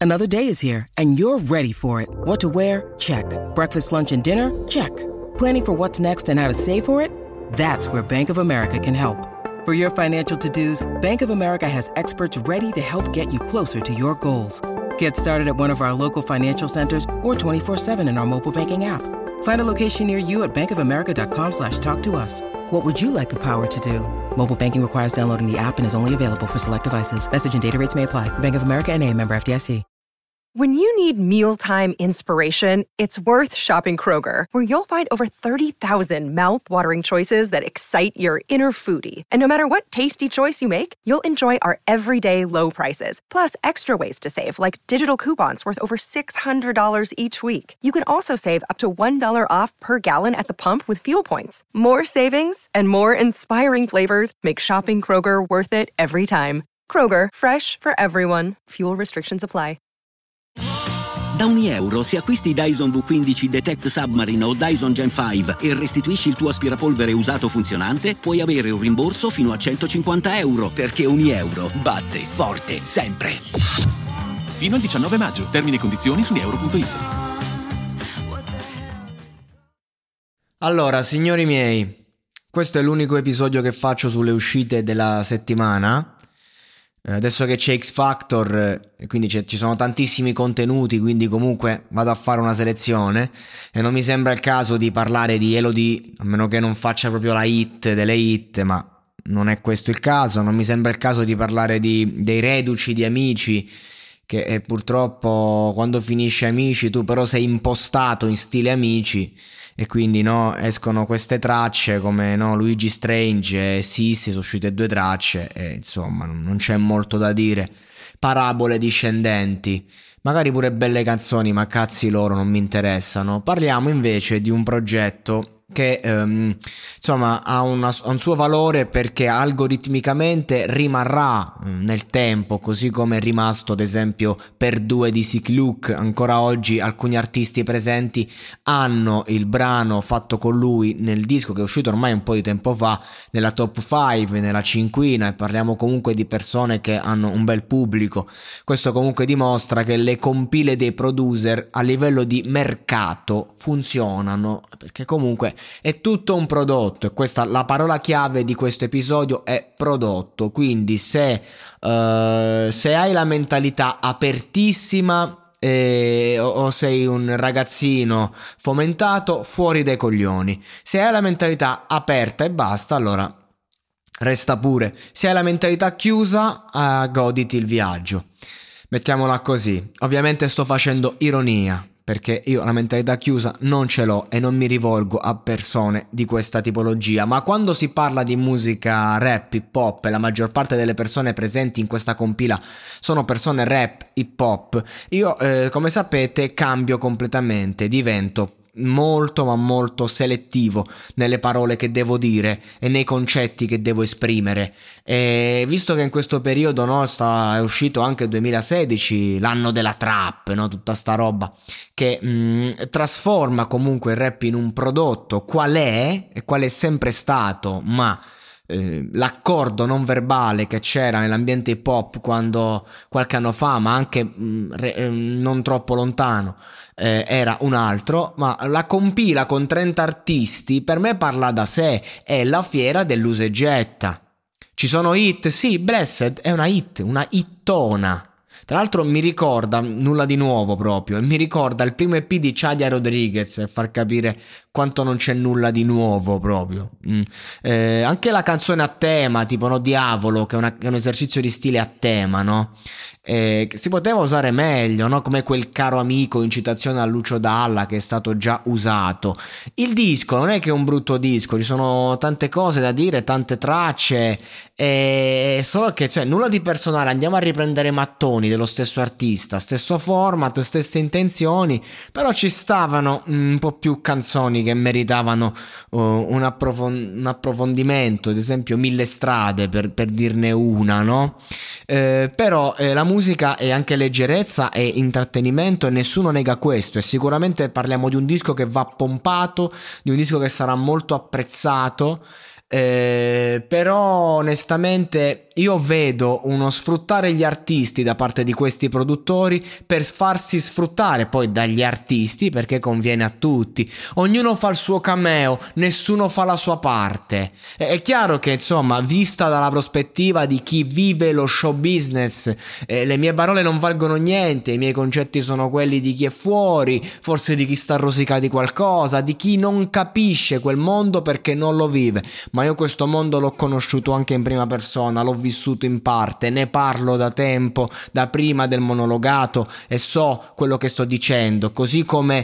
Another day is here, and you're ready for it. What to wear? Check. Breakfast, lunch, and dinner? Check. Planning for what's next and how to save for it? That's where Bank of America can help. For your financial to-dos, Bank of America has experts ready to help get you closer to your goals. Get started at one of our local financial centers or 24/7 in our mobile banking app. Find a location near you at bankofamerica.com/talktous. What would you like the power to do? Mobile banking requires downloading the app and is only available for select devices. Message and data rates may apply. Bank of America N.A., member FDIC. When you need mealtime inspiration, it's worth shopping Kroger, where you'll find over 30,000 mouth-watering choices that excite your inner foodie. And no matter what tasty choice you make, you'll enjoy our everyday low prices, plus extra ways to save, like digital coupons worth over $600 each week. You can also save up to $1 off per gallon at the pump with fuel points. More savings and more inspiring flavors make shopping Kroger worth it every time. Kroger, fresh for everyone. Fuel restrictions apply. Da €1 se acquisti Dyson V15 Detect Submarine o Dyson Gen 5 e restituisci il tuo aspirapolvere usato funzionante, puoi avere un rimborso fino a €150, perché €1 batte forte sempre. Fino al 19 maggio. Termini e condizioni su euro.it. Allora, signori miei, questo è l'unico episodio che faccio sulle uscite della settimana. Adesso che c'è X Factor, quindi ci sono tantissimi contenuti, quindi comunque vado a fare una selezione e non mi sembra il caso di parlare di Elodie, a meno che non faccia proprio la hit delle hit, ma non è questo il caso. Non mi sembra il caso di parlare dei reduci di Amici, che purtroppo quando finisce Amici tu però sei impostato in stile Amici e quindi no, escono queste tracce come no, Luigi Strange e Sissi, sono uscite 2 tracce e insomma non c'è molto da dire, parabole discendenti, magari pure belle canzoni, ma cazzi loro, non mi interessano. Parliamo invece di un progetto che insomma ha un suo valore, perché algoritmicamente rimarrà nel tempo, così come è rimasto ad esempio Per Due di Sick Luke. Ancora oggi alcuni artisti presenti hanno il brano fatto con lui nel disco che è uscito ormai un po' di tempo fa, nella top 5, nella cinquina, e parliamo comunque di persone che hanno un bel pubblico. Questo comunque dimostra che le compile dei producer a livello di mercato funzionano, perché comunque è tutto un prodotto, e questa la parola chiave di questo episodio è prodotto. Quindi se hai la mentalità apertissima o sei un ragazzino fomentato, fuori dai coglioni. Se hai la mentalità aperta e basta, allora resta pure. Se hai la mentalità chiusa, goditi il viaggio, mettiamola così. Ovviamente sto facendo ironia, perché io la mentalità chiusa non ce l'ho e non mi rivolgo a persone di questa tipologia. Ma quando si parla di musica rap, hip hop, e la maggior parte delle persone presenti in questa compila sono persone rap, hip hop, io come sapete cambio completamente, divento molto ma molto selettivo nelle parole che devo dire e nei concetti che devo esprimere. E visto che in questo periodo è uscito anche il 2016, l'anno della trap, no? Tutta sta roba che trasforma comunque il rap in un prodotto qual è e qual è sempre stato, ma l'accordo non verbale che c'era nell'ambiente hip hop quando qualche anno fa, ma anche non troppo lontano, era un altro. Ma la compila con 30 artisti per me parla da sé, è la fiera dell'usa e getta. Ci sono hit, sì, Blessed è una hit, una hittona. Tra l'altro mi ricorda nulla di nuovo proprio, e mi ricorda il primo EP di Chadia Rodriguez, per far capire quanto non c'è nulla di nuovo proprio. Anche la canzone a tema, tipo no, Diavolo, che è un esercizio di stile a tema, no? Che si poteva usare meglio, no? Come quel Caro amico in citazione a Lucio Dalla, che è stato già usato. Il disco non è che è un brutto disco, ci sono tante cose da dire, tante tracce, solo che nulla di personale, andiamo a riprendere i mattoni dello stesso artista, stesso format, stesse intenzioni, però ci stavano un po' più canzoni che meritavano un approfondimento, ad esempio Mille strade per dirne una, no? Però la musica è anche leggerezza e intrattenimento, e nessuno nega questo, e sicuramente parliamo di un disco che va pompato, di un disco che sarà molto apprezzato, però onestamente io vedo uno sfruttare gli artisti da parte di questi produttori per farsi sfruttare poi dagli artisti, perché conviene a tutti. Ognuno fa il suo cameo, nessuno fa la sua parte. È chiaro che, insomma, vista dalla prospettiva di chi vive lo show business, le mie parole non valgono niente, i miei concetti sono quelli di chi è fuori, forse di chi sta a rosicare di qualcosa, di chi non capisce quel mondo perché non lo vive. Ma io questo mondo l'ho conosciuto anche in prima persona, l'ho vissuto in parte, ne parlo da tempo, da prima del monologato, e so quello che sto dicendo, così come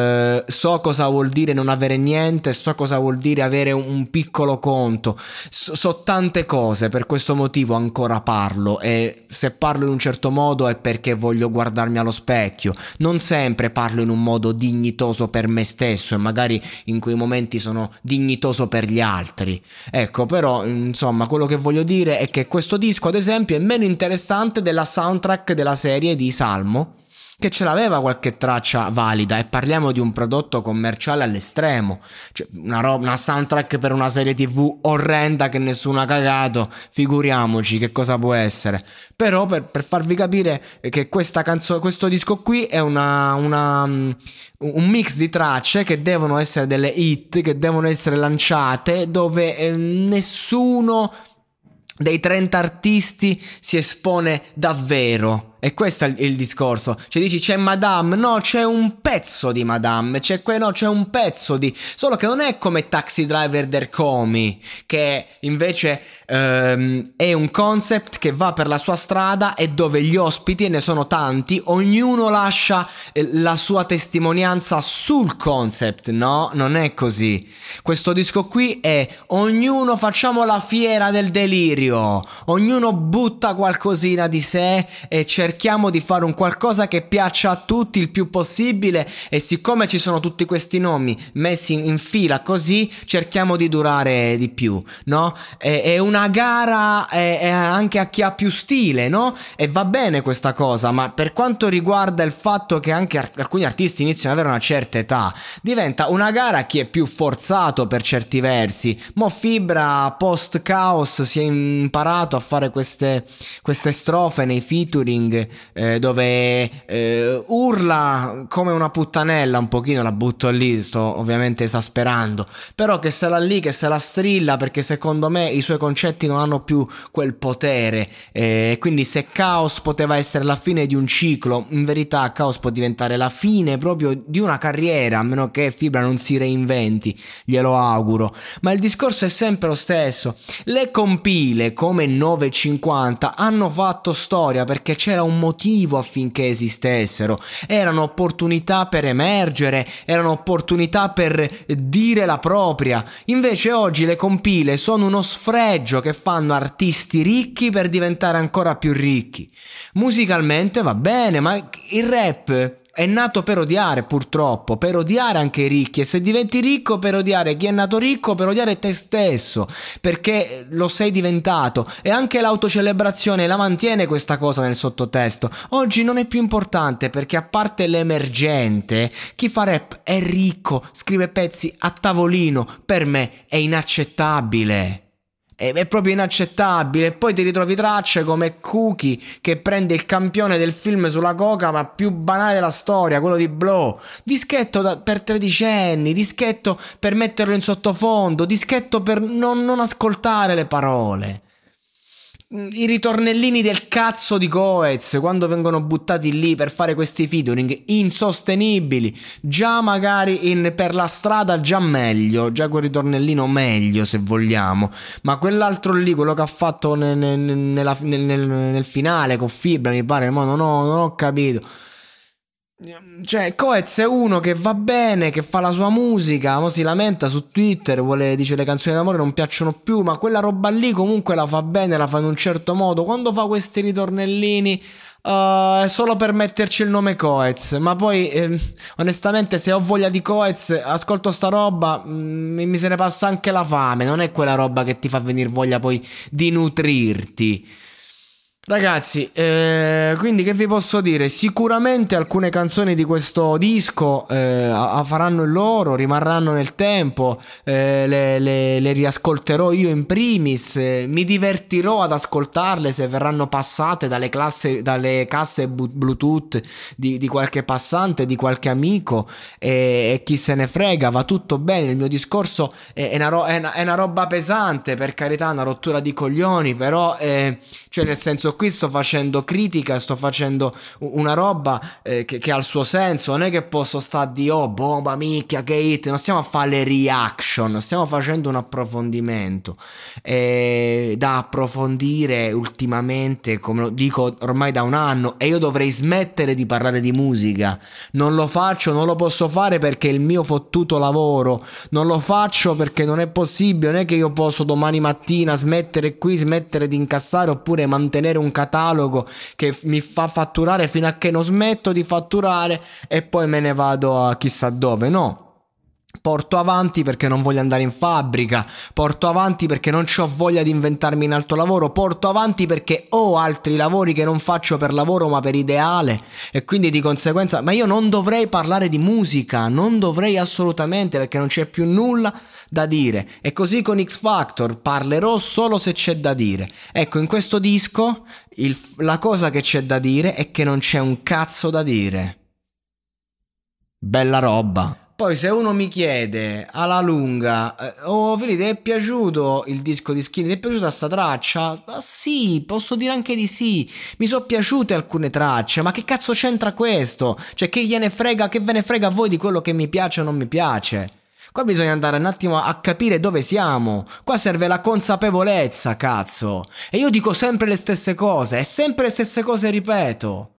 so cosa vuol dire non avere niente, so cosa vuol dire avere un piccolo conto, so tante cose, per questo motivo ancora parlo, e se parlo in un certo modo è perché voglio guardarmi allo specchio. Non sempre parlo in un modo dignitoso per me stesso, e magari in quei momenti sono dignitoso per gli altri. Ecco, però insomma quello che voglio dire è che questo disco ad esempio è meno interessante della soundtrack della serie di Salmo, che ce l'aveva qualche traccia valida, e parliamo di un prodotto commerciale all'estremo, cioè una soundtrack per una serie TV orrenda che nessuno ha cagato, figuriamoci che cosa può essere. Però per farvi capire che questa canzone, questo disco qui è un mix di tracce che devono essere delle hit, che devono essere lanciate, dove nessuno dei 30 artisti si espone davvero. E questo è il discorso. Cioè dici c'è Madame, no, c'è un pezzo di Madame, c'è un pezzo di... Solo che non è come Taxi Driver Der Komi, che invece è un concept che va per la sua strada e dove gli ospiti, e ne sono tanti, ognuno lascia la sua testimonianza sul concept. No, non è così. Questo disco qui è ognuno, facciamo la fiera del delirio, ognuno butta qualcosina di sé e cerchiamo di fare un qualcosa che piaccia a tutti il più possibile, e siccome ci sono tutti questi nomi messi in fila così, cerchiamo di durare di più, no? È una gara anche a chi ha più stile, no? E va bene questa cosa, ma per quanto riguarda il fatto che anche alcuni artisti iniziano ad avere una certa età, diventa una gara a chi è più forzato per certi versi. Mo Fibra post Caos si è imparato a fare queste strofe nei featuring, dove urla come una puttanella, un pochino, la butto lì, sto ovviamente esasperando, però che se la lì, che se la strilla, perché secondo me i suoi concetti non hanno più quel potere, quindi se Caos poteva essere la fine di un ciclo, in verità Caos può diventare la fine proprio di una carriera, a meno che Fibra non si reinventi, glielo auguro. Ma il discorso è sempre lo stesso. Le compile come 950 hanno fatto storia perché c'era un motivo affinché esistessero, erano opportunità per emergere, erano opportunità per dire la propria. Invece oggi le compile sono uno sfregio che fanno artisti ricchi per diventare ancora più ricchi. Musicalmente va bene, ma il rap è nato per odiare, purtroppo, per odiare anche i ricchi, e se diventi ricco per odiare chi è nato ricco, per odiare te stesso, perché lo sei diventato. E anche l'autocelebrazione la mantiene questa cosa nel sottotesto. Oggi non è più importante, perché a parte l'emergente, chi fa rap è ricco, scrive pezzi a tavolino. Per me è inaccettabile. È proprio inaccettabile. E poi ti ritrovi tracce come Cookie, che prende il campione del film sulla coca, ma più banale della storia, quello di Blow. Dischetto per tredicenni, dischetto per metterlo in sottofondo, dischetto per non ascoltare le parole. I ritornellini del cazzo di Coez, quando vengono buttati lì per fare questi featuring insostenibili. Già magari per la strada già meglio, già quel ritornellino meglio se vogliamo, ma quell'altro lì, quello che ha fatto nel finale con Fibra, mi pare, ma non ho capito. Cioè Coez è uno che va bene, che fa la sua musica, mo si lamenta su Twitter, dice le canzoni d'amore non piacciono più, ma quella roba lì comunque la fa bene, la fa in un certo modo. Quando fa questi ritornellini è solo per metterci il nome Coez, ma poi onestamente se ho voglia di Coez ascolto sta roba, mi se ne passa anche la fame. Non è quella roba che ti fa venire voglia poi di nutrirti. Ragazzi, quindi che vi posso dire? Sicuramente alcune canzoni di questo disco faranno il loro, rimarranno nel tempo, le riascolterò io in primis, mi divertirò ad ascoltarle se verranno passate dalle casse Bluetooth di qualche passante, di qualche amico, e chi se ne frega, va tutto bene. Il mio discorso è una roba pesante, per carità, una rottura di coglioni, però cioè nel senso, qui sto facendo critica, sto facendo una roba che ha il suo senso. Non è che posso stare di bomba micchia che hit, non stiamo a fare le reaction, stiamo facendo un approfondimento da approfondire ultimamente, come lo dico ormai da un anno, e io dovrei smettere di parlare di musica. Non lo faccio, non lo posso fare perché è il mio fottuto lavoro, non lo faccio perché non è possibile. Non è che io posso domani mattina smettere di incassare oppure mantenere un catalogo che mi fa fatturare fino a che non smetto di fatturare e poi me ne vado a chissà dove. No, porto avanti perché non voglio andare in fabbrica, porto avanti perché non c'ho voglia di inventarmi un altro lavoro, porto avanti perché ho altri lavori che non faccio per lavoro ma per ideale, e quindi di conseguenza, ma io non dovrei parlare di musica, non dovrei assolutamente, perché non c'è più nulla da dire. E così con X Factor parlerò solo se c'è da dire. Ecco, in questo disco la cosa che c'è da dire è che non c'è un cazzo da dire. Bella roba. Poi se uno mi chiede alla lunga, Fili, ti è piaciuto il disco di Skinny? Ti è piaciuta sta traccia? Sì, posso dire anche di sì. Mi sono piaciute alcune tracce, ma che cazzo c'entra questo? Cioè, che ve ne frega a voi di quello che mi piace o non mi piace? Qua bisogna andare un attimo a capire dove siamo. Qua serve la consapevolezza, cazzo. E io dico sempre le stesse cose, e sempre le stesse cose ripeto.